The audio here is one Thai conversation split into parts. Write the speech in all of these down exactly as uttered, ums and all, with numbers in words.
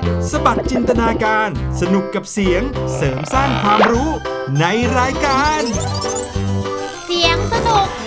สบัดจินตนาการสนุกกับเสียงเสริมสร้างความรู้ในรายการเสียงสนุก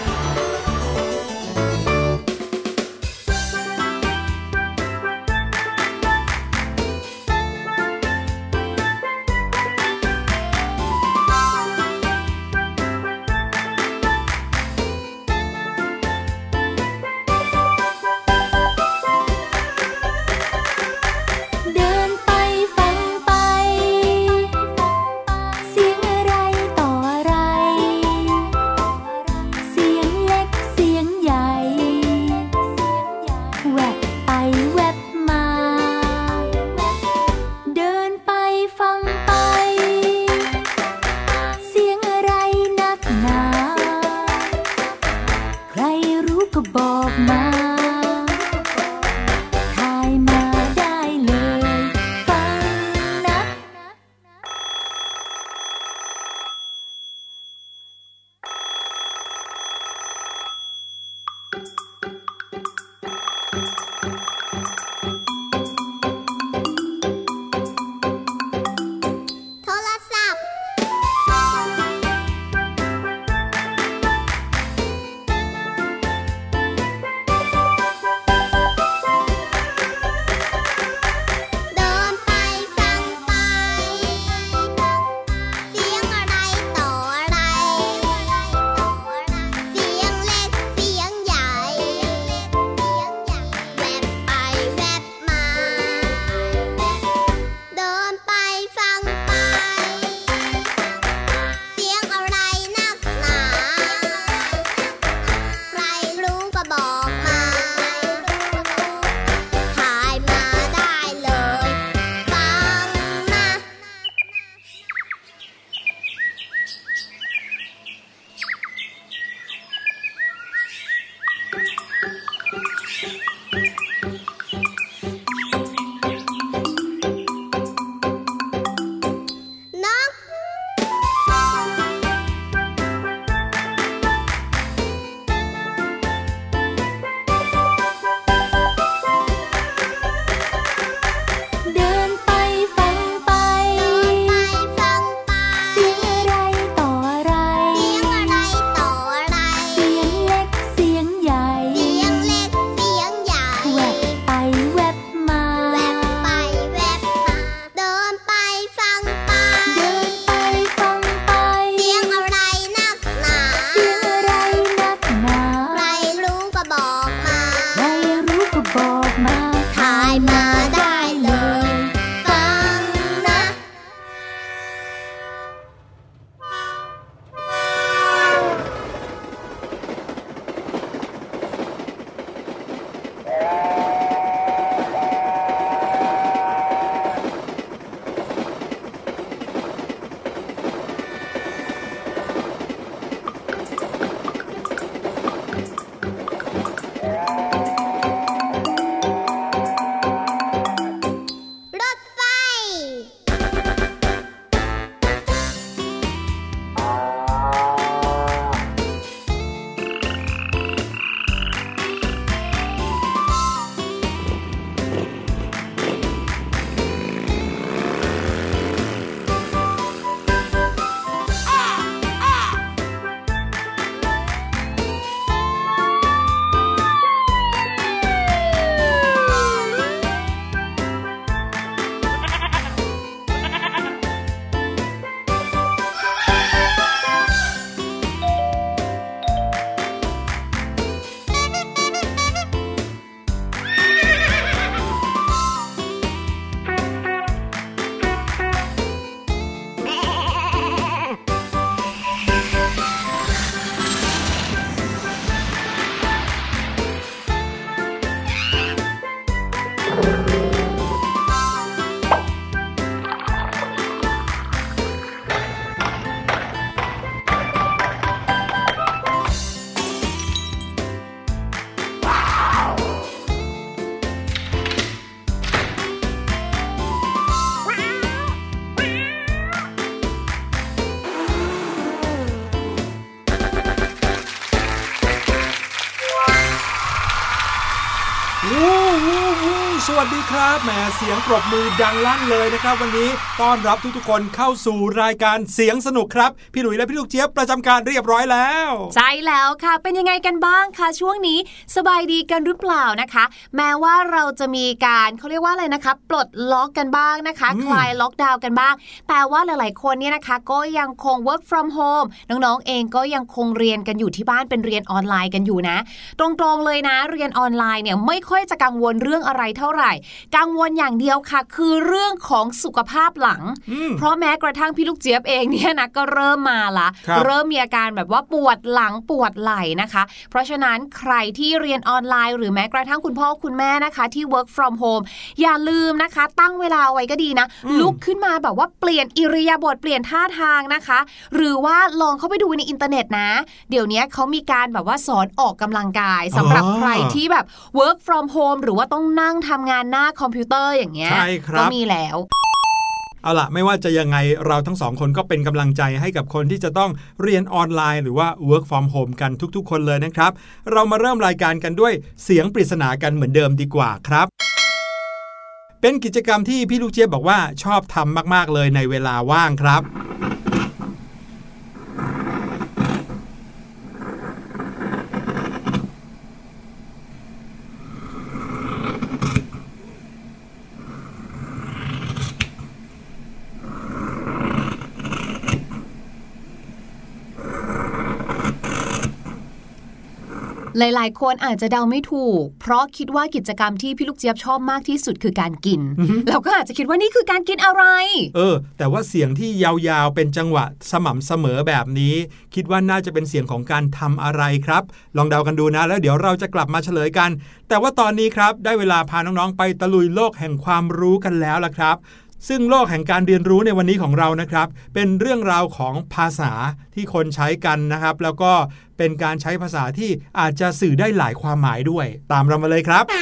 สวัสดีครับแหมเสียงปรบมือดังลั่นเลยนะครับวันนี้ต้อนรับทุกๆคนเข้าสู่รายการเสียงสนุกครับพี่หลุยและพี่ลูกเจี๊ยบประจำการเรียบร้อยแล้วใช่แล้วค่ะเป็นยังไงกันบ้างคะช่วงนี้สบายดีกันหรือเปล่านะคะแม้ว่าเราจะมีการเขาเรียกว่าอะไรนะคะปลดล็อกกันบ้างนะคะคลายล็อกดาวน์กันบ้างแต่ว่าหลายๆคนเนี่ยนะคะก็ยังคง work from home น้องๆเองก็ยังคงเรียนกันอยู่ที่บ้านเป็นเรียนออนไลน์กันอยู่นะตรงๆเลยนะเรียนออนไลน์เนี่ยไม่ค่อยจะกังวลเรื่องอะไรเท่าไหร่กังวลอย่างเดียวค่ะคือเรื่องของสุขภาพหลังเพราะแม้กระทั่งพี่ลูกเจี๊ยบเองเนี่ยนะก็เริ่มมาละเริ่มมีอาการแบบว่าปวดหลังปวดไหล่นะคะเพราะฉะนั้นใครที่เรียนออนไลน์หรือแม้กระทั่งคุณพ่อคุณแม่นะคะที่ work from home อย่าลืมนะคะตั้งเวลาไว้ก็ดีนะลุกขึ้นมาแบบว่าเปลี่ยนอิริยาบถเปลี่ยนท่าทางนะคะหรือว่าลองเข้าไปดูในอินเทอร์เน็ตนะเดี๋ยวนี้เขามีการแบบว่าสอนออกกำลังกายสำหรับใครที่แบบ work from home หรือว่าต้องนั่งทำงานหน้าคอมพิวเตอร์อย่างเงี้ยก็มีแล้วเอาล่ะไม่ว่าจะยังไงเราทั้งสองคนก็เป็นกำลังใจให้กับคนที่จะต้องเรียนออนไลน์หรือว่า work from home กันทุกๆคนเลยนะครับเรามาเริ่มรายการกันด้วยเสียงปริศนากันเหมือนเดิมดีกว่าครับเป็นกิจกรรมที่พี่ลูกเจี๊ยบบอกว่าชอบทำมากๆเลยในเวลาว่างครับหลายๆคนอาจจะเดาไม่ถูกเพราะคิดว่ากิจกรรมที่พี่ลูกเจี๊ยบชอบมากที่สุดคือการกิน เราก็อาจจะคิดว่านี่คือการกินอะไรเออแต่ว่าเสียงที่ยาวๆเป็นจังหวะสม่ำเสมอแบบนี้คิดว่าน่าจะเป็นเสียงของการทำอะไรครับลองเดากันดูนะแล้วเดี๋ยวเราจะกลับมาเฉลยกันแต่ว่าตอนนี้ครับได้เวลาพาน้องๆไปตะลุยโลกแห่งความรู้กันแล้วล่ะครับซึ่งโลกแห่งการเรียนรู้ในวันนี้ของเรานะครับเป็นเรื่องราวของภาษาที่คนใช้กันนะครับแล้วก็เป็นการใช้ภาษาที่อาจจะสื่อได้หลายความหมายด้วยตามเรามาเลยครับ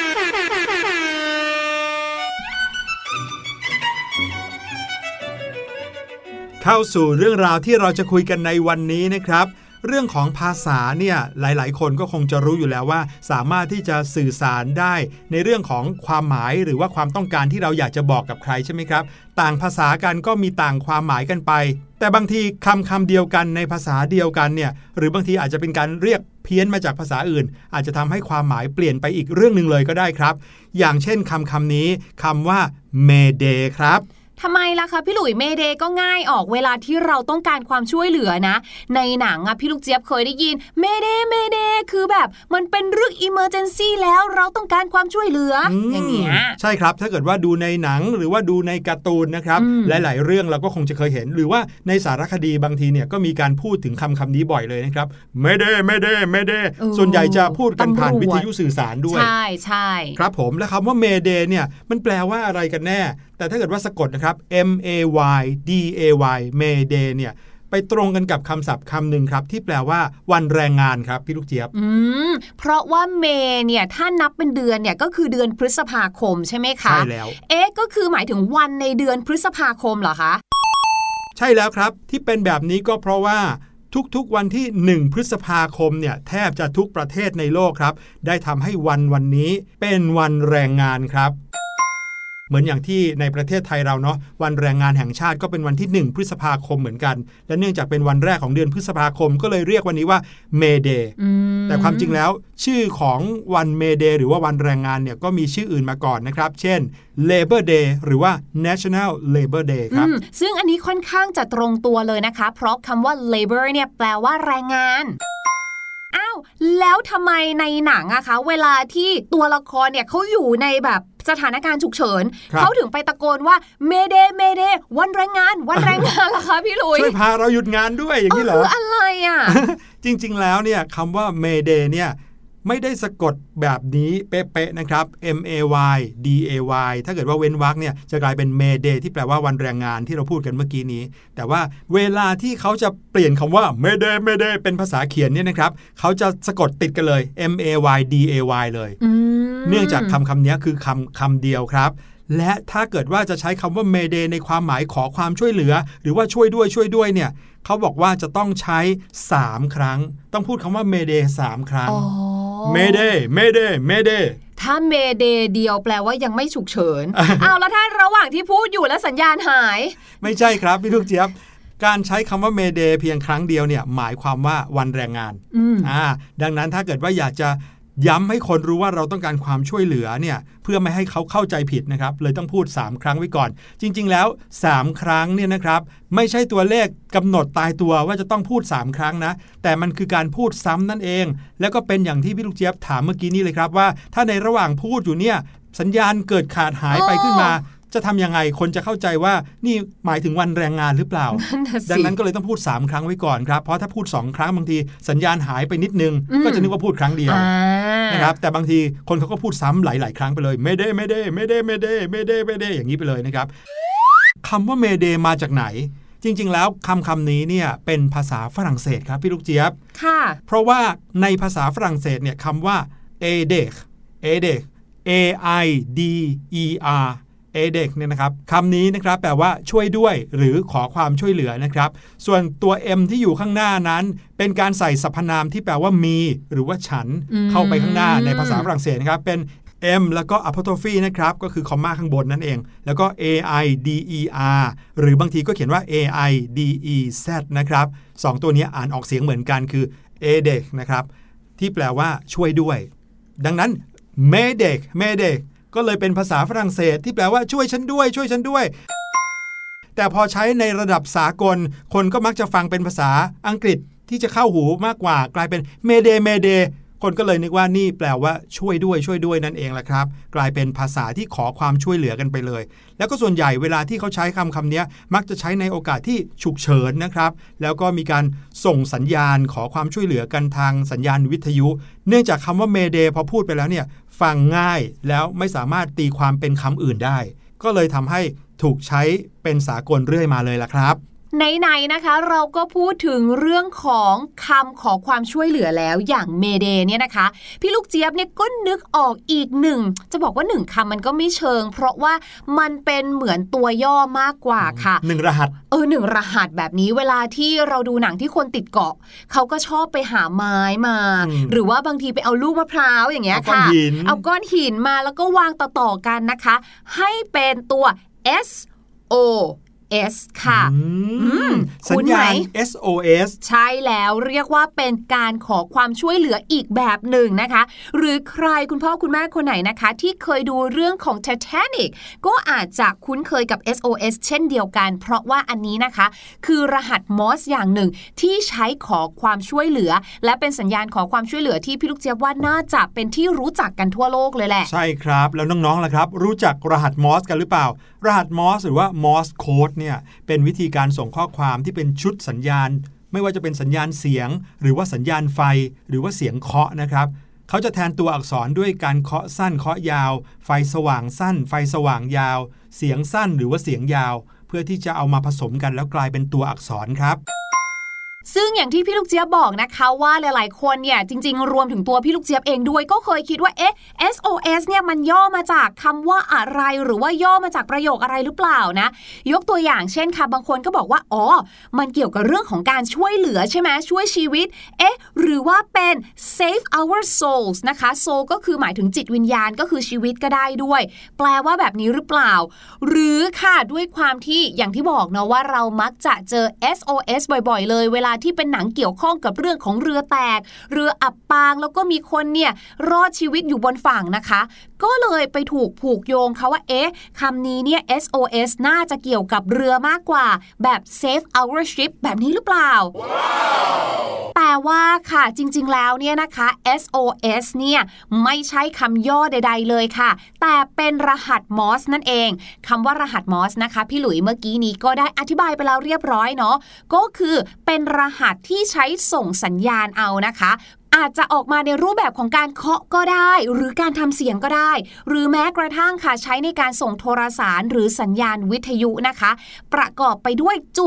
เข้าสู่เรื่องราวที่เราจะคุยกันในวันนี้นะครับเรื่องของภาษาเนี่ยหลายๆคนก็คงจะรู้อยู่แล้วว่าสามารถที่จะสื่อสารได้ในเรื่องของความหมายหรือว่าความต้องการที่เราอยากจะบอกกับใครใช่ไหมครับต่างภาษากันก็มีต่างความหมายกันไปแต่บางทีคำคำเดียวกันในภาษาเดียวกันเนี่ยหรือบางทีอาจจะเป็นการเรียกเพี้ยนมาจากภาษาอื่นอาจจะทำให้ความหมายเปลี่ยนไปอีกเรื่องนึงเลยก็ได้ครับอย่างเช่นคำคำนี้คำว่า Mayday ครับทำไมล่ะคะพี่หลุยเมเดย์ก็ง่ายออกเวลาที่เราต้องการความช่วยเหลือนะในหนังอ่ะพี่ลูกเจี๊ยบเคยได้ยินเมเดย์เมเดย์คือแบบมันเป็นเรื่องอิมเมอร์เจนซี่แล้วเราต้องการความช่วยเหลือ อ, อย่างเงี้ยใช่ครับถ้าเกิดว่าดูในหนังหรือว่าดูในการ์ตูนนะครับหลายๆเรื่องเราก็คงจะเคยเห็นหรือว่าในสารคดีบางทีเนี่ยก็มีการพูดถึงคำคำนี้บ่อยเลยนะครับเมเดย์เมเดย์เมเดย์ส่วนใหญ่จะพูดกันผ่านวิทยุสื่อสารด้วยใช่ใช่ครับผมและคำว่าเมเดย์เนี่ยมันแปลว่าอะไรกันแน่แต่ถ้าเกิดว่าสะกดนะครับ M A Y D A Y Mayday เนี่ยไปตรงกันกับคำศัพท์คำหนึ่งครับที่แปลว่าวันแรงงานครับพี่ลูกเจี๊ยบอืมเพราะว่าเมเนี่ยถ้านับเป็นเดือนเนี่ยก็คือเดือนพฤษภาคมใช่ไหมคะใช่แล้วเอ๊ะก็คือหมายถึงวันในเดือนพฤษภาคมเหรอคะใช่แล้วครับที่เป็นแบบนี้ก็เพราะว่าทุกๆวันที่หนึ่งพฤษภาคมเนี่ยแทบจะทุกประเทศในโลกครับได้ทำให้วันวันนี้เป็นวันแรงงานครับเหมือนอย่างที่ในประเทศไทยเราเนาะวันแรงงานแห่งชาติก็เป็นวันที่หนึ่งพฤษภาคมเหมือนกันและเนื่องจากเป็นวันแรกของเดือนพฤษภาคมก็เลยเรียกวันนี้ว่า Mayday แต่ความจริงแล้วชื่อของวัน Mayday หรือว่าวันแรงงานเนี่ยก็มีชื่ออื่นมาก่อนนะครับเช่น Labor Day หรือว่า National Labor Day ครับซึ่งอันนี้ค่อนข้างจะตรงตัวเลยนะคะเพราะคำว่า labor เนี่ยแปลว่าแรงงานอ้าวแล้วทำไมในหนังอะคะเวลาที่ตัวละครเนี่ยเขาอยู่ในแบบสถานการณ์ฉุกเฉินเขาถึงไปตะโกนว่าเมเดเมเดวันแรงงานวันแรงงานล่ะคะพี่ลุยช่วยพาเราหยุดงานด้วยอย่างนี้เหรอคืออะไรอะจริงๆแล้วเนี่ยคำว่าเมเดเนี่ยไม่ได้สะกดแบบนี้เป๊ะๆนะครับ M A Y D A Y ถ้าเกิดว่าเว้นวรรคเนี่ยจะกลายเป็น Mayday ที่แปลว่าวันแรงงานที่เราพูดกันเมื่อกี้นี้แต่ว่าเวลาที่เขาจะเปลี่ยนคำว่า Mayday Mayday เป็นภาษาเขียนเนี่ยนะครับเขาจะสะกดติดกันเลย M A Y D A Y เลยเนื่องจากคำคำนี้คือคำคำเดียวครับและถ้าเกิดว่าจะใช้คำว่า Mayday ในความหมายขอความช่วยเหลือหรือว่าช่วยด้วยช่วยด้วยเนี่ยเขาบอกว่าจะต้องใช้สามครั้งต้องพูดคำว่า Mayday สามครั้ง Mayday Mayday Mayday ถ้าเมเดย์เดียวแปลว่ายังไม่ฉุกเฉิน เอาแล้วถ้าระหว่างที่พูดอยู่แล้วสัญญาณหายไม่ใช่ครับพี่ลูกเจี๊ยบการใช้คำว่าเมเดย์เพียงครั้งเดียวเนี่ยหมายความว่าวันแรงงานอ่าดังนั้นถ้าเกิดว่าอยากจะย้ำให้คนรู้ว่าเราต้องการความช่วยเหลือเนี่ยเพื่อไม่ให้เขาเข้าใจผิดนะครับเลยต้องพูดสามครั้งไว้ก่อนจริงๆแล้วสามครั้งเนี่ยนะครับไม่ใช่ตัวเลขกำหนดตายตัวว่าจะต้องพูดสามครั้งนะแต่มันคือการพูดซ้ำนั่นเองแล้วก็เป็นอย่างที่พี่ลูกเจี๊ยบถามเมื่อกี้นี้เลยครับว่าถ้าในระหว่างพูดอยู่เนี่ยสัญญาณเกิดขาดหายไปขึ้นมาจะทำยังไงคนจะเข้าใจว่านี่หมายถึงวันแรงงานหรือเปล่า ดังนั้นก็เลยต้องพูดสามครั้งไว้ก่อนครับเพราะถ้าพูดสองครั้งบางทีสัญญาณหายไปนิดนึงก็จะนึกว่าพูดครั้งเดียวนะครับแต่บางทีคนเขาก็พูดซ้ำหลายๆครั้งไปเลยไม่ได้ไม่ได้ไม่ได้ไม่ได้ไม่ได้ไม่ได้อย่างนี้ไปเลยนะครับคำว่าเมเดมาจากไหนจริงๆแล้วคำคำนี้เนี่ยเป็นภาษาฝรั่งเศสครับพี่ลูกเจี๊ยบค่ะเพราะว่าในภาษาฝรั่งเศสเนี่ยคำว่า aider aider a i d e rเอเด็กเนี่ยนะครับคำนี้นะครับแปลว่าช่วยด้วยหรือขอความช่วยเหลือนะครับส่วนตัว M ที่อยู่ข้างหน้านั้นเป็นการใส่สรรพนามที่แปลว่ามีหรือว่าฉันเข้าไปข้างหน้าในภาษาฝรั่งเศสนะครับเป็น M แล้วก็ apostrophe นะครับก็คือคอมมาข้างบนนั่นเองแล้วก็ a i d e r หรือบางทีก็เขียนว่า a i d e z นะครับสองตัวนี้อ่านออกเสียงเหมือนกันคือ เอเด็กนะครับที่แปลว่าช่วยด้วยดังนั้น Mayday Maydayก็เลยเป็นภาษาฝรั่งเศสที่แปลว่าช่วยฉันด้วยช่วยฉันด้วยแต่พอใช้ในระดับสากลคนก็มักจะฟังเป็นภาษาอังกฤษที่จะเข้าหูมากกว่ากลายเป็นเมเดเมเดคนก็เลยนึกว่านี่แปลว่าช่วยด้วยช่วยด้วยนั่นเองแหละครับกลายเป็นภาษาที่ขอความช่วยเหลือกันไปเลยแล้วก็ส่วนใหญ่เวลาที่เขาใช้คำคำนี้มักจะใช้ในโอกาสที่ฉุกเฉินนะครับแล้วก็มีการส่งสัญญาณขอความช่วยเหลือกันทางสัญญาณวิทยุเนื่องจากคำว่าเมเดพอพูดไปแล้วเนี่ยฟังง่ายแล้วไม่สามารถตีความเป็นคำอื่นได้ก็เลยทำให้ถูกใช้เป็นสากลเรื่อยมาเลยล่ะครับไหนๆนะคะเราก็พูดถึงเรื่องของคำขอความช่วยเหลือแล้วอย่างเมเดเนี่ยนะคะพี่ลูกเจี๊ยบเนี่ยก็นึกออกอีกหนึ่งจะบอกว่าหนึ่งคำมันก็ไม่เชิงเพราะว่ามันเป็นเหมือนตัวย่อมากกว่าค่ะหนึ่งรหัสเออหนึ่งรหัสแบบนี้เวลาที่เราดูหนังที่คนติดเกาะเขาก็ชอบไปหาไม้มาหรือว่าบางทีไปเอาลูกมะพร้าวอย่างเงี้ยค่ะเอาก้อนหินมาแล้วก็วางต่อๆกันนะคะให้เป็นตัว S O S ค่ะสัญญาณ เอส โอ เอสใช่แล้วเรียกว่าเป็นการขอความช่วยเหลืออีกแบบหนึ่งนะคะหรือใครคุณพ่อคุณแม่คนไหนนะคะที่เคยดูเรื่องของ Titanic ก็อาจจะคุ้นเคยกับ เอส โอ เอส เช่นเดียวกันเพราะว่าอันนี้นะคะคือรหัส Morse อย่างหนึ่งที่ใช้ขอความช่วยเหลือและเป็นสัญญาณขอความช่วยเหลือที่พี่ลูกเจี๊ยบว่าน่าจะเป็นที่รู้จักกันทั่วโลกเลยแหละใช่ครับแล้วน้องๆล่ะครับรู้จักรหัส Morse กันหรือเปล่ารหัส Morse หรือว่า Morse Codeเนี่ยเป็นวิธีการส่งข้อความที่เป็นชุดสัญญาณไม่ว่าจะเป็นสัญญาณเสียงหรือว่าสัญญาณไฟหรือว่าเสียงเคาะนะครับเขาจะแทนตัวอักษรด้วยการเคาะสั้นเคาะยาวไฟสว่างสั้นไฟสว่างยาวเสียงสั้นหรือว่าเสียงยาวเพื่อที่จะเอามาผสมกันแล้วกลายเป็นตัวอักษรครับซึ่งอย่างที่พี่ลูกเจี๊ยบบอกนะคะว่าหลายๆคนเนี่ยจริงๆรวมถึงตัวพี่ลูกเจี๊ยบเองด้วยก็เคยคิดว่าเอ๊ะ เอส โอ เอส เนี่ยมันย่อมาจากคำว่าอะไรหรือว่าย่อมาจากประโยคอะไรหรือเปล่านะยกตัวอย่างเช่นค่ะบางคนก็บอกว่าอ๋อมันเกี่ยวกับเรื่องของการช่วยเหลือใช่ไหมช่วยชีวิตเอ๊ะหรือว่าเป็น save our souls นะคะ soul ก็คือหมายถึงจิตวิญญาณก็คือชีวิตก็ได้ด้วยแปลว่าแบบนี้หรือเปล่าหรือค่ะด้วยความที่อย่างที่บอกเนาะว่าเรามักจะเจอ เอส โอ เอส บ่อยๆเลยเวลาที่เป็นหนังเกี่ยวข้องกับเรื่องของเรือแตกเรืออับปางแล้วก็มีคนเนี่ยรอดชีวิตอยู่บนฝั่งนะคะก็เลยไปถูกผูกโยงเขาว่าเอ๊ะคำนี้เนี่ย เอส โอ เอส น่าจะเกี่ยวกับเรือมากกว่าแบบ save our ship แบบนี้หรือเปล่า wow. แต่ว่าค่ะจริงๆแล้วเนี่ยนะคะ เอส โอ เอส เนี่ยไม่ใช่คำย่อใดๆเลยค่ะแต่เป็นรหัส Morse นั่นเองคำว่ารหัส Morse นะคะพี่หลุยเมื่อกี้นี้ก็ได้อธิบายไปแล้วเรียบร้อยเนาะก็คือเป็นรหัสที่ใช้ส่งสัญญาณเอานะคะอาจจะออกมาในรูปแบบของการเคาะก็ได้หรือการทำเสียงก็ได้หรือแม้กระทั่งค่ะใช้ในการส่งโทรสารหรือสัญญาณวิทยุนะคะประกอบไปด้วยจุด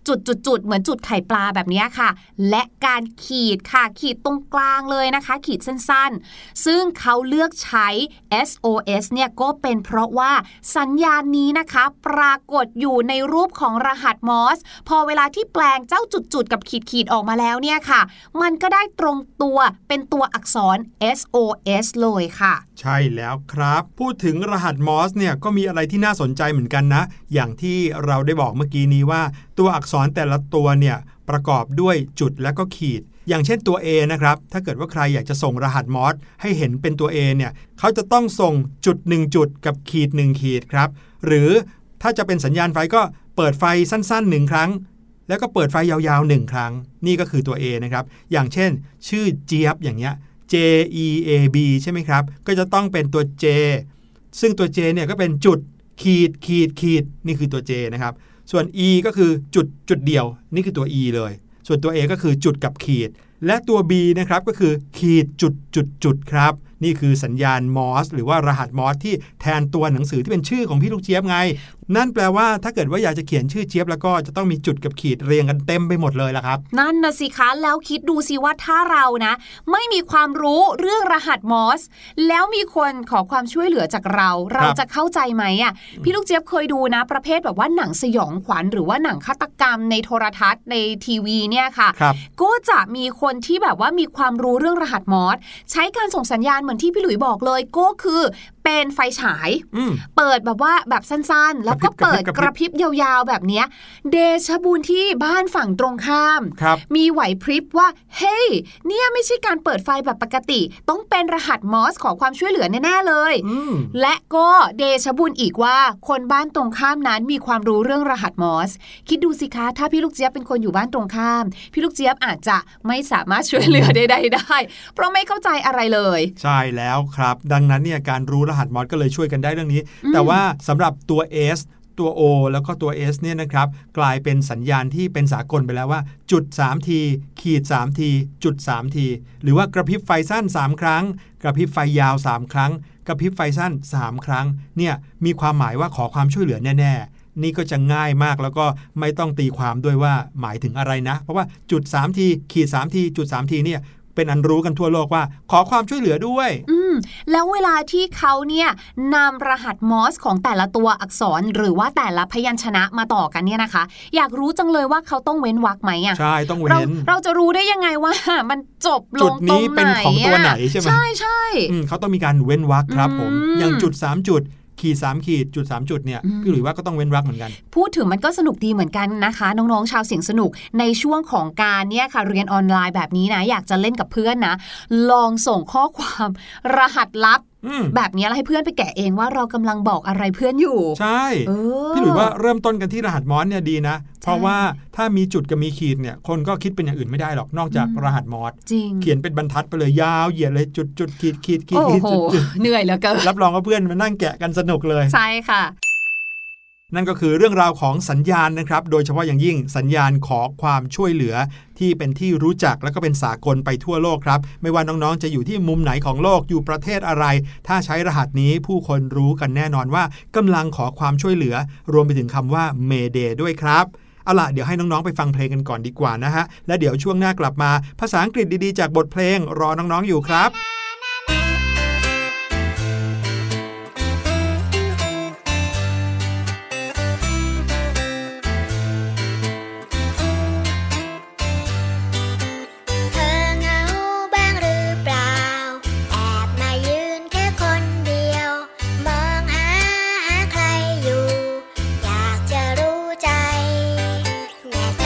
จุดจุดจุดเหมือนจุดไข่ปลาแบบนี้ค่ะและการขีดค่ะขีดตรงกลางเลยนะคะขีดสั้นๆซึ่งเขาเลือกใช้ เอส โอ เอส เนี่ยก็เป็นเพราะว่าสัญญาณนี้นะคะปรากฏอยู่ในรูปของรหัสมอร์สพอเวลาที่แปลงเจ้าจุดๆกับขีดๆออกมาแล้วเนี่ยค่ะมันก็ได้ตรงตัวเป็นตัวอักษร เอส โอ เอส เลยค่ะใช่แล้วครับพูดถึงรหัสมอร์สเนี่ยก็มีอะไรที่น่าสนใจเหมือนกันนะอย่างที่เราได้บอกเมื่อกี้นี้ว่าตัวอักษรแต่ละตัวเนี่ยประกอบด้วยจุดและก็ขีดอย่างเช่นตัว A นะครับถ้าเกิดว่าใครอยากจะส่งรหัสมอร์สให้เห็นเป็นตัว A เนี่ยเขาจะต้องส่งจุดหนึ่งจุดกับขีดหนึ่งขีดครับหรือถ้าจะเป็นสัญญาณไฟก็เปิดไฟสั้นๆหนึ่งครั้งแล้วก็เปิดไฟยาวๆหนึ่งครั้งนี่ก็คือตัว A นะครับอย่างเช่นชื่อเจี๊ยบอย่างเงี้ย J E A B ใช่ไหมครับก็จะต้องเป็นตัว J ซึ่งตัว J เนี่ยก็เป็นจุดขีดขีดขีดนี่คือตัว J นะครับส่วน E ก็คือจุดจุดเดียวนี่คือตัว E เลยส่วนตัว A ก็คือจุดกับขีดและตัว B นะครับก็คือขีดจุดจุดจุดครับนี่คือสัญญาณมอร์สหรือว่ารหัสมอร์สที่แทนตัวหนังสือที่เป็นชื่อของพี่ลูกเจี๊ยบไงนั่นแปลว่าถ้าเกิดว่าอยากจะเขียนชื่อเจี๊ยบแล้วก็จะต้องมีจุดกับขีดเรียงกันเต็มไปหมดเลยละครับนั่นนะสิคะแล้วคิดดูสิว่าถ้าเรานะไม่มีความรู้เรื่องรหัสมอร์สแล้วมีคนขอความช่วยเหลือจากเราเราจะเข้าใจไหมอ่ะพี่ลูกเจี๊ยบเคยดูนะประเภทแบบว่าหนังสยองขวัญหรือว่าหนังฆาตกรรมในโทรทัศน์ในทีวีเนี่ยค่ะก็จะมีคนที่แบบว่ามีความรู้เรื่องรหัสมอร์สใช้การส่งสัญญาณเหมือนที่พี่หลุยบอกเลยก็คือเป็นไฟฉายเปิดแบบว่าแบบสั้นๆแล้วก็เปิดกระพริบยาวๆแบบนี้เดชะบุญที่บ้านฝั่งตรงข้ามมีไหวพริบว่าเฮ้ยเนี่ยไม่ใช่การเปิดไฟแบบปกติต้องเป็นรหัสมอร์สขอความช่วยเหลือแน่ๆเลยและก็เดชะบุญอีกว่าคนบ้านตรงข้ามนั้นมีความรู้เรื่องรหัสมอร์สคิดดูสิคะถ้าพี่ลูกเจี๊ยบเป็นคนอยู่บ้านตรงข้ามพี่ลูกเจี๊ยบอาจจะไม่สามารถช่วยเหลือใดๆได้เพราะไม่เข้าใจอะไรเลยใช่แล้วครับดังนั้นเนี่ยการรู้รหัสมอร์สก็เลยช่วยกันได้เรื่องนี้แต่ว่าสำหรับตัว S ตัว O แล้วก็ตัว S เนี่ยนะครับกลายเป็นสัญญาณที่เป็นสากลไปแล้วว่าจุดสามทีขีดสามทีจุดสามทีหรือว่ากระพริบไฟสั้นสามครั้งกระพริบไฟยาวสามครั้งกระพริบไฟสั้นสามครั้งเนี่ยมีความหมายว่าขอความช่วยเหลือแน่ๆนี่ก็จะง่ายมากแล้วก็ไม่ต้องตีความด้วยว่าหมายถึงอะไรนะเพราะว่าจุดสามทีขีดสามทีจุดสามทีเนี่ยเป็นอันรู้กันทั่วโลกว่าขอความช่วยเหลือด้วยอืมแล้วเวลาที่เขาเนี่ยนำรหัสมอร์สของแต่ละตัวอักษรหรือว่าแต่ละพยัญชนะมาต่อกันเนี่ยนะคะอยากรู้จังเลยว่าเขาต้องเว้นวรรคไหมอ่ะใช่ต้องเว้นเรา, เราจะรู้ได้ยังไงว่ามันจบลงตรงไหนจุดนี้เป็นของตัวไหนใช่ไหมใช่ใช่เขาต้องมีการเว้นวรรคครับผมอย่างจุดสามจุดขีดสามขีดจุดสามจุดเนี่ยพี่หลุยว่าก็ต้องเว้นวรรคเหมือนกันพูดถึงมันก็สนุกดีเหมือนกันนะคะน้องๆชาวเสียงสนุกในช่วงของการเนี่ยค่ะเรียนออนไลน์แบบนี้นะอยากจะเล่นกับเพื่อนนะลองส่งข้อความรหัสลับแบบนี้แล้วให้เพื่อนไปแกะเองว่าเรากำลังบอกอะไรเพื่อนอยู่ใช่พี่หลุยว่าเริ่มต้นกันที่รหัสมอร์สเนี่ยดีนะเพราะว่าถ้ามีจุดกับมีขีดเนี่ยคนก็คิดเป็นอย่างอื่นไม่ได้หรอกนอกจากรหัสมอร์สเขียนเป็นบรรทัดไปเลยยาวเหยียดเลยจุดจุดขีดขีดขีดขีดจุดเหนื่อยเหลือเกินรับรองว่าเพื่อนมานั่งแกะกันสนุกเลยใช่ค่ะนั่นก็คือเรื่องราวของสัญญาณนะครับโดยเฉพาะอย่างยิ่งสัญญาณขอความช่วยเหลือที่เป็นที่รู้จักและก็เป็นสากลไปทั่วโลกครับไม่ว่าน้องๆจะอยู่ที่มุมไหนของโลกอยู่ประเทศอะไรถ้าใช้รหัสนี้ผู้คนรู้กันแน่นอนว่ากำลังขอความช่วยเหลือรวมไปถึงคำว่า Mayday ด้วยครับเอาล่ะเดี๋ยวให้น้องๆไปฟังเพลงกันก่อนดีกว่านะฮะและเดี๋ยวช่วงหน้ากลับมาภาษาอังกฤษดีๆจากบทเพลงรอน้องๆอยู่ครับ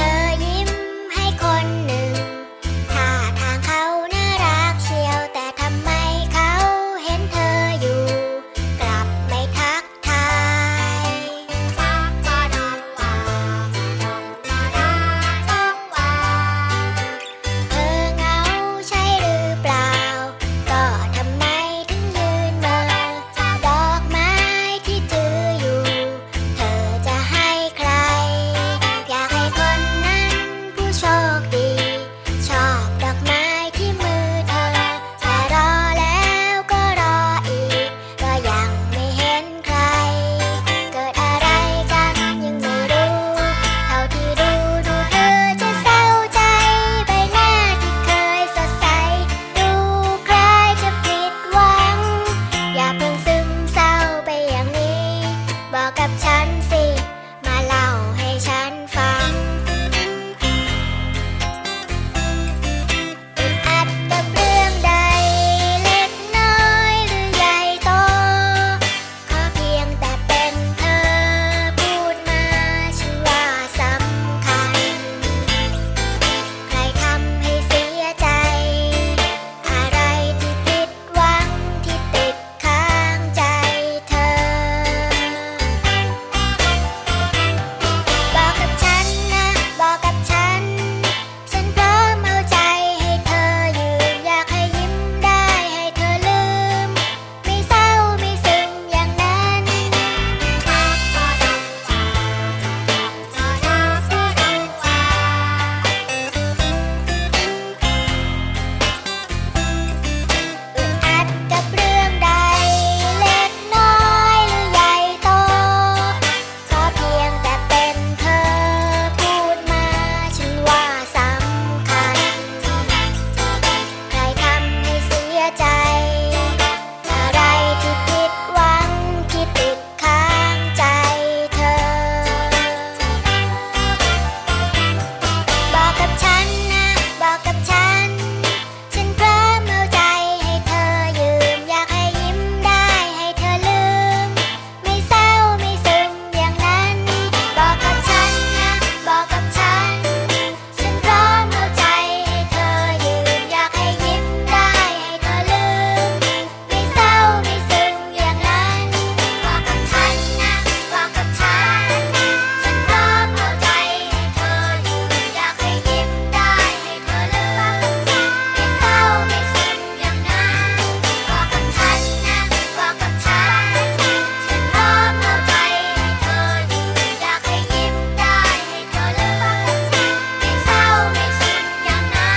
ทบอกกับฉันสิมาเล่าให้ฉันฟังอึดอัดกับเรื่องใดเล็กน้อยหรือใหญ่โตขอเพียงแต่เป็นเธอพูดมาฉันว่าสำคัญใครทำให้เสียใจอะไรที่ผิดหวังที่ติดค้างใจเธอบอกกับฉันนะบอกกับฉันฉันพร้อมเอาใจให้เธอยืมอยากให้ยิ้มได้ให้เธอลืมไม่เศร้าไม่ซึมอย่างนั้นอึดอัดกับเรื่องใดเล็กน้อยหรือใหญ่โตขอเพียงแต่เป็นเธอพูดมาฉันว่าสำคัญใครทำให้เสียใจอะไรที่ผิดหวังที่ติดค้างใจเธอบอกกับฉันนะบอกกับฉันฉันพร้อมเอาใจให้เธอยืมอยากให้ยิ้มได้ให้เธอลืมไม่เศร้าไม่ซึมอย่างนั้นบอกกับฉันนะบอกกับฉันฉันพร้อมเอาใจให้เธอยืมอยากให้ยิ้มได้ให้เธอลืมไม่เศร้าไม่ซึมอย่างนั้นบอกกับฉันนะบอกกับฉันฉันพร้อมเอาใจให้เธอยืมอยากให้ยิ้มได้ให้เธอลืมไม่เศร้าไม่ซึมอย่างนั้นบอกกับฉันนะบอกกับฉันฉันพร้อมเอาใจให้เธอยืมอยากให้ยิ้มได้ให้เธอลืมไม่เศร้าไม่ซึมอย่างนั้น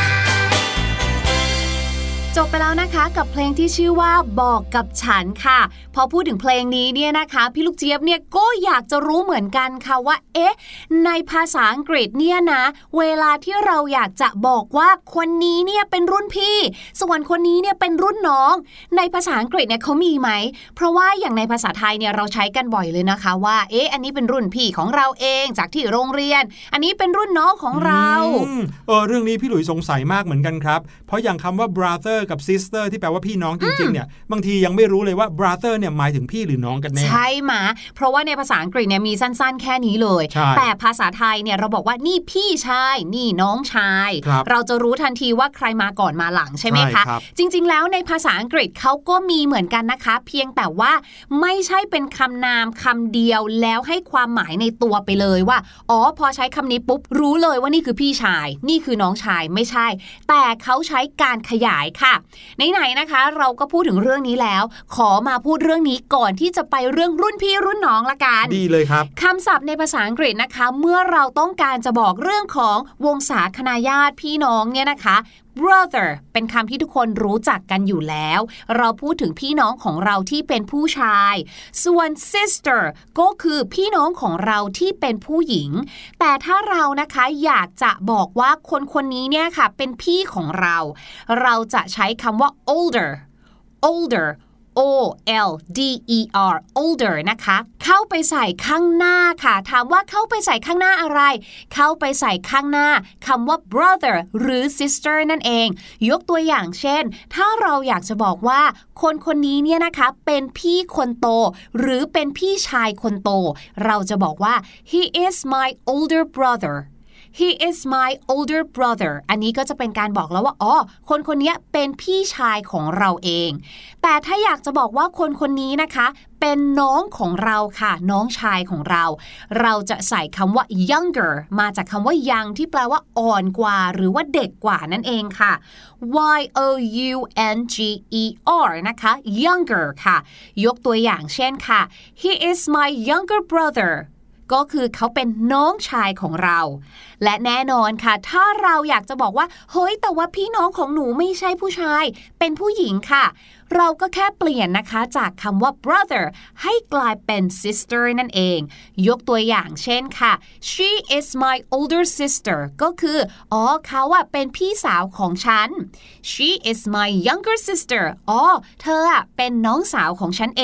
จบไปแล้วนะคะกับเพลงที่ชื่อว่าบอกกับฉันค่ะพอพูดถึงเพลงนี้เนี่ยนะคะพี่ลูกเจี๊ยบเนี่ยก็อยากจะรู้เหมือนกันค่ะว่าเอ๊ะในภาษาอังกฤษเนี่ยนะเวลาที่เราอยากจะบอกว่าคนนี้เนี่ยเป็นรุ่นพี่ส่วนคนนี้เนี่ยเป็นรุ่นน้องในภาษาอังกฤษเนี่ยเขามีไหมเพราะว่าอย่างในภาษาไทยเนี่ยเราใช้กันบ่อยเลยนะคะว่าเอ๊ะอันนี้เป็นรุ่นพี่ของเราเองจากที่โรงเรียนอันนี้เป็นรุ่นน้องของเราอืมเออเรื่องนี้พี่หลุยสงสัยมากเหมือนกันครับเพราะอย่างคำว่า brother กับ sister ที่แปลว่าพี่น้องจริงๆเนี่ยบางทียังไม่รู้เลยว่า brother เนี่ยหมายถึงพี่หรือน้องกันแน่ใช่ไหมเพราะว่าในภาษาอังกฤษเนี่ยมีสั้นๆแค่นี้เลยแต่ภาษาไทยเนี่ยเราบอกว่านี่พี่ชายนี่น้องชายเราจะรู้ทันทีว่าใครมาก่อนมาหลังใช่ไหมคะจริงๆแล้วในภาษาอังกฤษเขาก็มีเหมือนกันนะคะเพียงแต่ว่าไม่ใช่เป็นคำนามคำเดียวแล้วให้ความหมายในตัวไปเลยว่าอ๋อพอใช้คำนี้ปุ๊บรู้เลยว่านี่คือพี่ชายนี่คือน้องชายไม่ใช่แต่เขาใช้การขยายค่ะไหนๆนะคะเราก็พูดถึงเรื่องนี้แล้วขอมาพูดเรื่องนี้ก่อนที่จะไปเรื่องรุ่นพี่รุ่นน้องละกันดีเลยครับคำศัพท์ในภาษาอังกฤษนะคะเมื่อเราต้องการจะบอกเรื่องของวงศาคณาญาติพี่น้องเนี่ยนะคะ brother เป็นคำที่ทุกคนรู้จักกันอยู่แล้วเราพูดถึงพี่น้องของเราที่เป็นผู้ชายส่วน sister ก็คือพี่น้องของเราที่เป็นผู้หญิงแต่ถ้าเรานะคะอยากจะบอกว่าคนคนนี้เนี่ยค่ะเป็นพี่ของเราเราจะใช้คำว่า older older O L D E R older นะคะเข้าไปใส่ข้างหน้าค่ะถามว่าเข้าไปใส่ข้างหน้าอะไรเข้าไปใส่ข้างหน้าคำว่า brother หรือ sister นั่นเองยกตัวอย่างเช่นถ้าเราอยากจะบอกว่าคนคนนี้เนี่ยนะคะเป็นพี่คนโตหรือเป็นพี่ชายคนโตเราจะบอกว่า he is my older brother He is my older brother อันนี้ก็จะเป็นการบอกแล้วว่าอ๋อคนคนนี้เป็นพี่ชายของเราเองแต่ถ้าอยากจะบอกว่าคนคนนี้นะคะเป็นน้องของเราค่ะน้องชายของเราเราจะใส่คำว่า younger มาจากคำว่า young ที่แปลว่าอ่อนกว่าหรือว่าเด็กกว่านั่นเองค่ะ Y O U N G E R นะคะ younger ค่ะยกตัวอย่างเช่นค่ะ He is my younger brotherก็คือเขาเป็นน้องชายของเราและแน่นอนค่ะถ้าเราอยากจะบอกว่าเฮ้ยแต่ว่าพี่น้องของหนูไม่ใช่ผู้ชายเป็นผู้หญิงค่ะเราก็แค่เปลี่ยนนะคะจากคำว่า brother ให้กลายเป็น sister นั่นเองยกตัวอย่างเช่นค่ะ she is my older sister ก็คืออ๋อเขาอะเป็นพี่สาวของฉัน she is my younger sister อ๋อเธออะเป็นน้องสาวของฉันเอง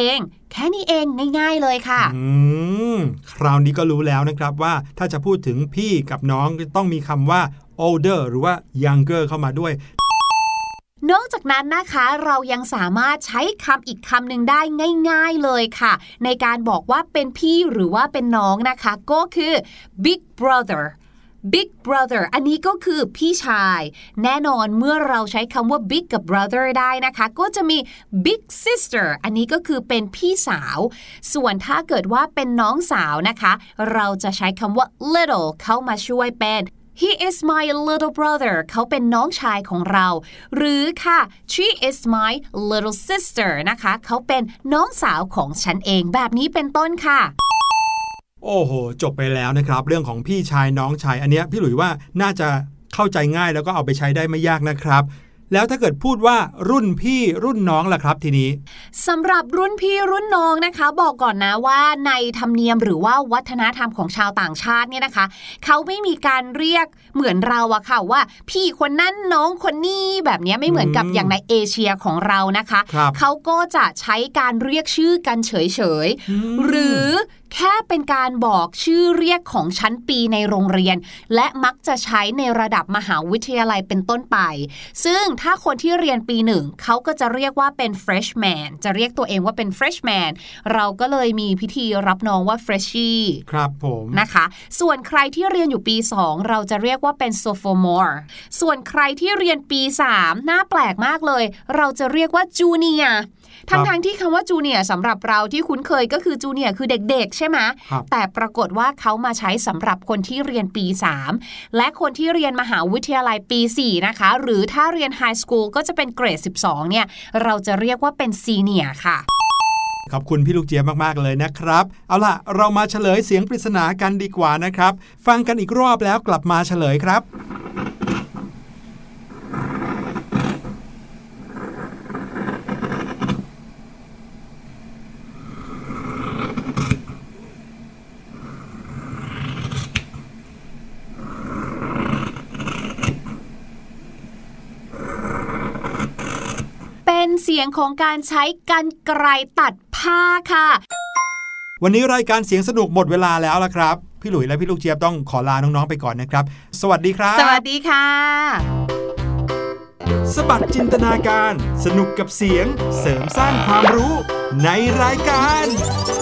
แค่นี้เองง่ายๆเลยค่ะอืมคราวนี้ก็รู้แล้วนะครับว่าถ้าจะพูดถึงพี่กับน้องต้องมีคำว่า older หรือว่า younger เข้ามาด้วยนอกจากนั้นนะคะเรายังสามารถใช้คำอีกคำหนึ่งได้ง่ายๆเลยค่ะในการบอกว่าเป็นพี่หรือว่าเป็นน้องนะคะก็คือ big brother big brother อันนี้ก็คือพี่ชายแน่นอนเมื่อเราใช้คำว่า big กับ brother ได้นะคะก็จะมี big sister อันนี้ก็คือเป็นพี่สาวส่วนถ้าเกิดว่าเป็นน้องสาวนะคะเราจะใช้คำว่า little เข้ามาช่วยเป็นHe is my little brother เขาเป็นน้องชายของเราหรือค่ะ She is my little sister นะคะเขาเป็นน้องสาวของฉันเองแบบนี้เป็นต้นค่ะโอ้โหจบไปแล้วนะครับเรื่องของพี่ชายน้องชายอันเนี้ยพี่หลุยว่าน่าจะเข้าใจง่ายแล้วก็เอาไปใช้ได้ไม่ยากนะครับแล้วถ้าเกิดพูดว่ารุ่นพี่รุ่นน้องล่ะครับทีนี้สำหรับรุ่นพี่รุ่นน้องนะคะบอกก่อนนะว่าในธรรมเนียมหรือว่าวัฒนธรรมของชาวต่างชาติเนี่ยนะคะเขาไม่มีการเรียกเหมือนเราอะค่ะว่าพี่คนนั้นน้องคนนี้แบบนี้ไม่เหมือนกับอย่างในเอเชียของเรานะคะเขาก็จะใช้การเรียกชื่อกันเฉยๆหรือแค่เป็นการบอกชื่อเรียกของชั้นปีในโรงเรียนและมักจะใช้ในระดับมหาวิทยาลัยเป็นต้นไปซึ่งถ้าคนที่เรียนปีหนึ่งเขาก็จะเรียกว่าเป็น freshman จะเรียกตัวเองว่าเป็น freshman เราก็เลยมีพิธีรับน้องว่า freshie ครับผมนะคะส่วนใครที่เรียนอยู่ปีสองเราจะเรียกว่าเป็น sophomore ส่วนใครที่เรียนปีสามน่าแปลกมากเลยเราจะเรียกว่า juniorทั้งทางที่คำว่าจูเนียร์สำหรับเราที่คุ้นเคยก็คือจูเนียร์คือเด็กๆใช่ไหมแต่ปรากฏว่าเขามาใช้สำหรับคนที่เรียนปีสามและคนที่เรียนมหาวิทยาลัยปีสี่นะคะหรือถ้าเรียนไฮสคูลก็จะเป็นเกรดสิบสองเนี่ยเราจะเรียกว่าเป็นซีเนียร์ค่ะขอบคุณพี่ลูกเจี๊ยบมากๆเลยนะครับเอาล่ะเรามาเฉลยเสียงปริศนากันดีกว่านะครับฟังกันอีกรอบแล้วกลับมาเฉลยครับเป็นเสียงของการใช้กรรไกรตัดผ้าค่ะวันนี้รายการเสียงสนุกหมดเวลาแล้วล่ะครับพี่หลุยและพี่ลูกเจี๊ยบต้องขอลาน้องๆไปก่อนนะครับสวัสดีครับสวัสดีค่ะสบัดจินตนาการสนุกกับเสียงเสริมสร้างความรู้ในรายการ